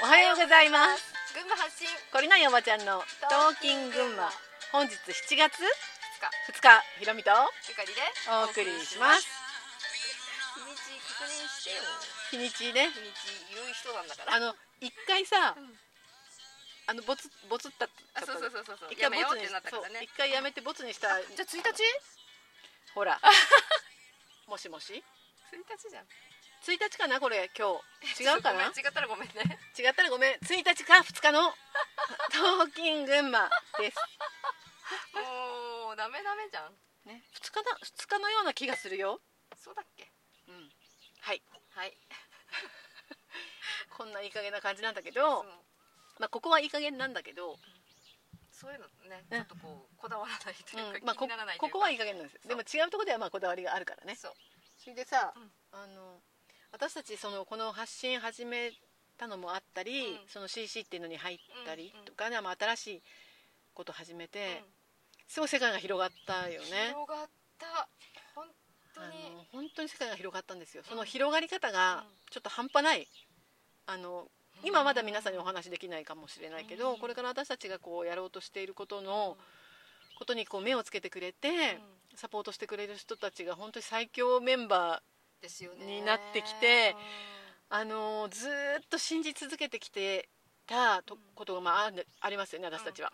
おはようございます。 群馬発信こりないおばちゃんのトーキン群馬。本日7月 2 2日、ひろみとゆかりでお送りします。 日にち確認してよ。 日にちね、 日にち言う人なんだから。 一回さ、ボツったそう一回ボツにやめようってなったからね。 一回やめてボツにしたじゃあ1日ほらもしもし 1日じゃん。 1日かな、これ今日違うかな。 違ったらごめんね。 違ったらごめん。1日か2日のトーキン群馬ですもうダメじゃんね。2日のような気がするよ。 そうだっけ。 はいはいこんないい加減な感じなんだけど、まあここはいい加減なんだけど、 そういうのね、ちょっとこうこだわらないというか、気にならないというか、 ここはいい加減なんです。でも違うところではまあこだわりがあるからね。 そう。 それでさ、私たちこの発信始めたのもあったり、その CC っていうのに入ったりとかね、まあ新しいこと始めて、すごい世界が広がったよね。 広がった。 本当に世界が広がったんですよ。その広がり方がちょっと半端ない。今まだ皆さんにお話できないかもしれないけど、これから私たちがこうやろうとしていることにこう目をつけてくれて、サポートしてくれる人たちが本当に最強メンバーになってきて、ずっと信じ続けてきてたことがありますよね、私たちは。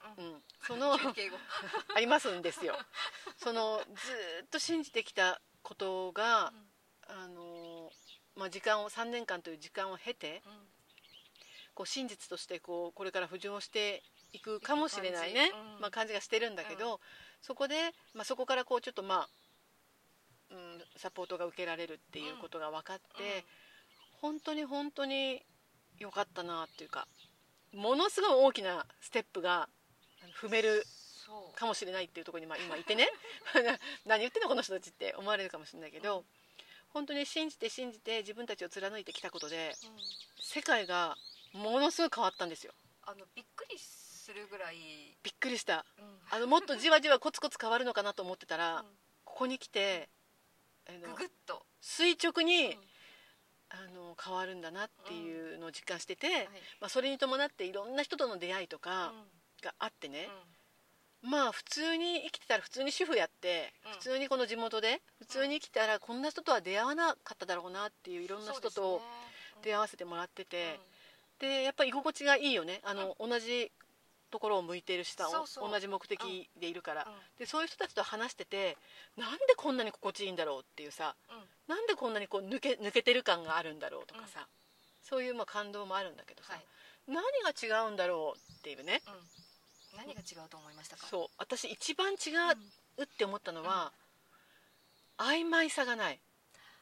ありますんですよ。ずっと信じてきたことが、3年間という時間を経て、こう真実としてこれから浮上していくかもしれないね、感じがしてるんだけど、そこで、そこからこうちょっとサポートが受けられるっていうことが分かって、本当に良かったなっていうか、ものすごい大きなステップが踏めるかもしれないっていうところに今いてね何言ってんのこの人たちって思われるかもしれないけど、本当に信じて自分たちを貫いてきたことで、世界がものすごい変わったんですよ。 びっくりするぐらいびっくりした、もっとじわじわコツコツ変わるのかなと思ってたら、ここに来てググッと垂直に、変わるんだなっていうのを実感してて、それに伴っていろんな人との出会いとかがあってね、普通に生きてたら、普通に主婦やって、普通にこの地元で普通に生きたら、こんな人とは出会わなかっただろうなっていういろんな人と出会わせてもらってて、でやっぱり居心地がいいよね。同じところを向いているしさ、同じ目的でいるから、でそういう人たちと話してて、なんでこんなに心地いいんだろうっていうさ、なんでこんなにこう抜けてる感があるんだろうとかさ、そういう感動もあるんだけどさ、何が違うんだろうっていうね、 何が違うと思いましたか。 そう、私一番違うって思ったのは、曖昧さがない。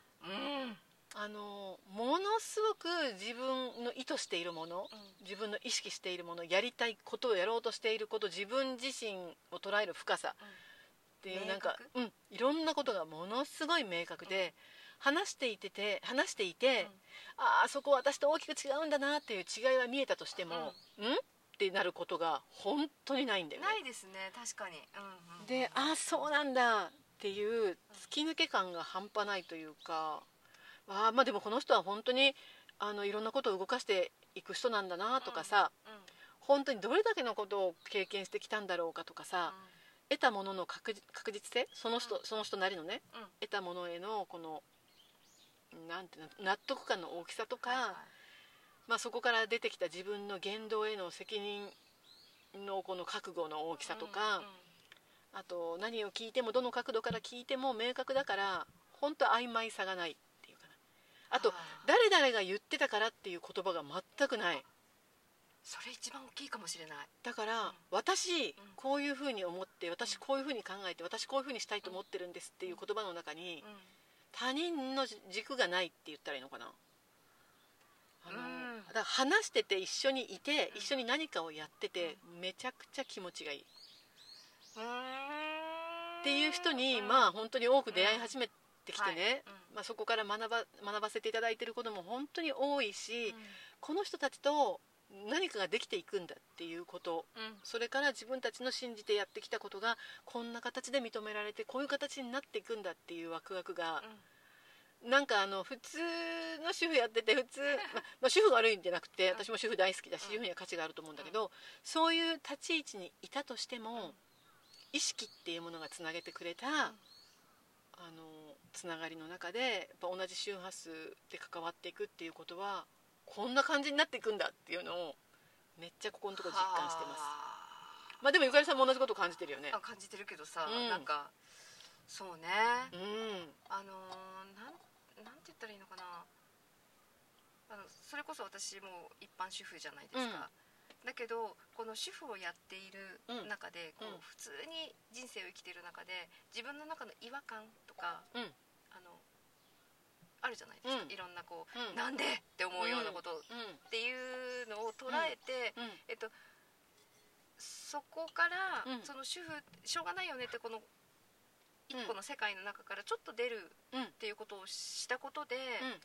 ものすごく自分の意図しているもの、自分の意識しているもの、やりたいことをやろうとしていること、自分自身を捉える深さっていう、いろんなことがものすごい明確で、話していて、そこ私と大きく違うんだなっていう違いは見えたとしても、ってなることが本当にないんだよね。 ないですね、確かに。 で、そうなんだっていう突き抜け感が半端ないというか、でもこの人は本当にいろんなことを動かしていく人なんだなとかさ、本当にどれだけのことを経験してきたんだろうかとかさ、得たものの確実性、その人なりのね、得たものへのこのなんて納得感の大きさとか、そこから出てきた自分の言動への責任のこの覚悟の大きさとか、あと何を聞いてもどの角度から聞いても明確だから、本当曖昧さがないっていうかな。あと誰々が言ってたからっていう言葉が全くない。 それ一番大きいかもしれない。 だから、私こういうふうに思って、私こういうふうに考えて、私こういうふうにしたいと思ってるんですっていう言葉の中に、他人の軸がないって言ったらいいのかな。だから話してて、一緒にいて、一緒に何かをやってて、めちゃくちゃ気持ちがいいっていう人に、本当に多く出会い始めてきてね、そこから学ばせていただいていることも本当に多いし、この人たちと何かができていくんだっていうこと、それから自分たちの信じてやってきたことがこんな形で認められて、こういう形になっていくんだっていうワクワクが、 なんか普通の主婦やってて普通、主婦が悪いんじゃなくて、私も主婦大好きだし、主婦には価値があると思うんだけど、そういう立ち位置にいたとしても、意識っていうものがつなげてくれた、つながりの中でやっぱ同じ周波数で関わっていくっていうことはこんな感じになっていくんだっていうのをめっちゃここのところ実感してます。でもゆかりさんも同じことを感じてるよね。 感じてるけどさ、なんかそうね、なんて言ったらいいのかな、それこそ私も一般主婦じゃないですか、だけどこの主婦をやっている中で、こう普通に人生を生きている中で自分の中の違和感とか、あるじゃないですか、いろんなこう、なんでって思うようなことっていうのを捉えて、そこから、その主婦しょうがないよねって、この一個の世界の中からちょっと出るっていうことをしたことで、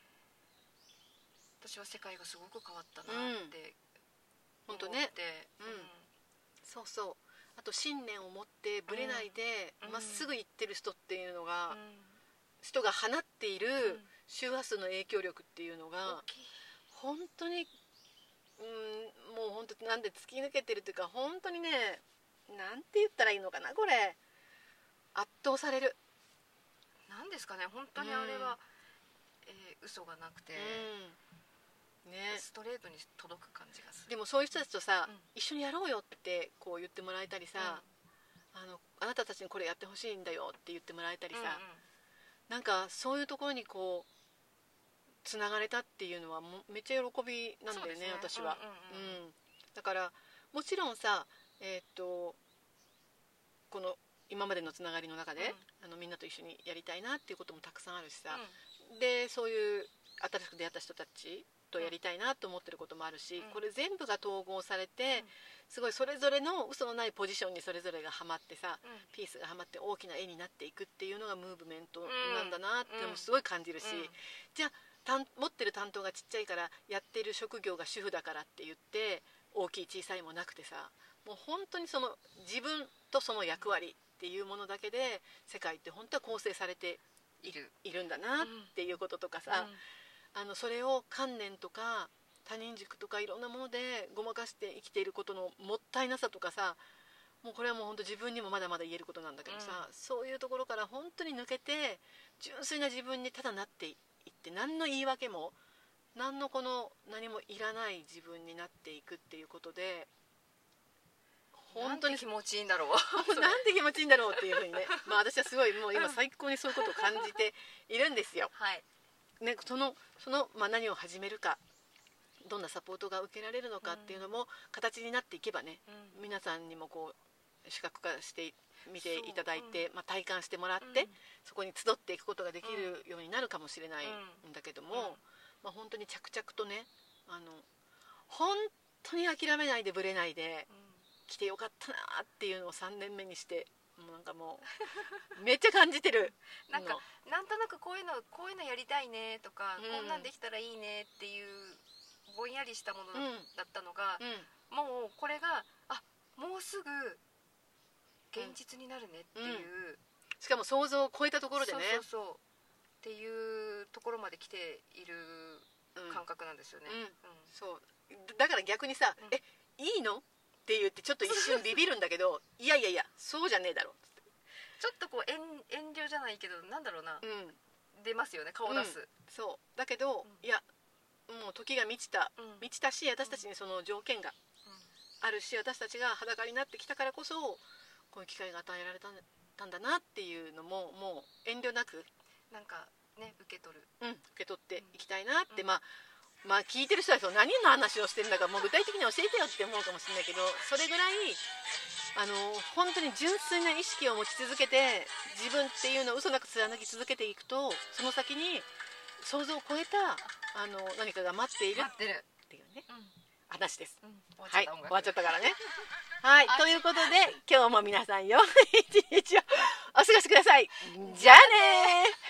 私は世界がすごく変わったなって思って、 そうそう。あと信念を持ってぶれないでまっすぐ行ってる人っていうのが、人が放っている周波数の影響力っていうのが本当に、もう本当なんで突き抜けてるというか、本当にね、なんて言ったらいいのかな、これ圧倒される。 なんですかね、本当にあれは、嘘がなくて、ストレートに届く感じがする。 でもそういう人たちとさ、一緒にやろうよってこう言ってもらえたりさ、あなたたちにこれやってほしいんだよって言ってもらえたりさ、なんかそういうところにこうつながれたっていうのはめっちゃ喜びなんだよね、私は。だからもちろんさ、この今までのつながりの中で、みんなと一緒にやりたいなっていうこともたくさんあるしさ、でそういう新しく出会った人たちとやりたいなと思ってることもあるし、これ全部が統合されて、すごいそれぞれの嘘のないポジションにそれぞれがはまってさ、ピースがはまって大きな絵になっていくっていうのがムーブメントなんだなってもすごい感じるし、じゃあ持ってる担当がちっちゃいから、やってる職業が主婦だからって言って大きい小さいもなくてさ、もう本当にその自分とその役割っていうものだけで世界って本当は構成されているんだなっていうこととかさ、それを観念とか他人軸とかいろんなものでごまかして生きていることのもったいなさとかさ、もうこれはもう本当自分にもまだまだ言えることなんだけどさ、そういうところから本当に抜けて純粋な自分にただなっていって、何の言い訳も何の何もいらない自分になっていくっていうことで、 本当に気持ちいいんだろうなんて気持ちいいんだろうっていうふうにね、私はすごいもう今最高にそういうことを感じているんですよ。ね、その何を始めるか、どんなサポートが受けられるのかっていうのも形になっていけばね、皆さんにもこう視覚化して見ていただいて、体感してもらって、そこに集っていくことができるようになるかもしれないんだけども、本当に着々とね、本当に諦めないでぶれないで来てよかったなっていうのを3年目にしてなんかもうめっちゃ感じてるなんとなくこういうのやりたいねとか、こんなんできたらいいねっていうぼんやりしたものだったのが、もうこれがもうすぐ現実になるねっていう、 しかも想像を超えたところでね、 っていうところまで来ている感覚なんですよね。 そうだから逆にさ、いいのって言ってちょっと一瞬ビビるんだけどいやそうじゃねえだろって、 ちょっとこう遠慮じゃないけど、なんだろうな、出ますよね、顔出す。 そうだけど、いやもう時が満ちたし、私たちにその条件があるし、私たちが裸になってきたからこそこういう機会が与えられたんだなっていうのも、もう遠慮なくなんかね、受け取っていきたいなって、聞いてる人は何の話をしてるんだかもう具体的に教えてよって思うかもしれないけど、それぐらい本当に純粋な意識を持ち続けて自分っていうのを嘘なく貫き続けていくと、その先に想像を超えた何かが待っているっていうね、話です。はい、終わっちゃったからね。はい、ということで今日も皆さん良い一日をお過ごしください。じゃあねー。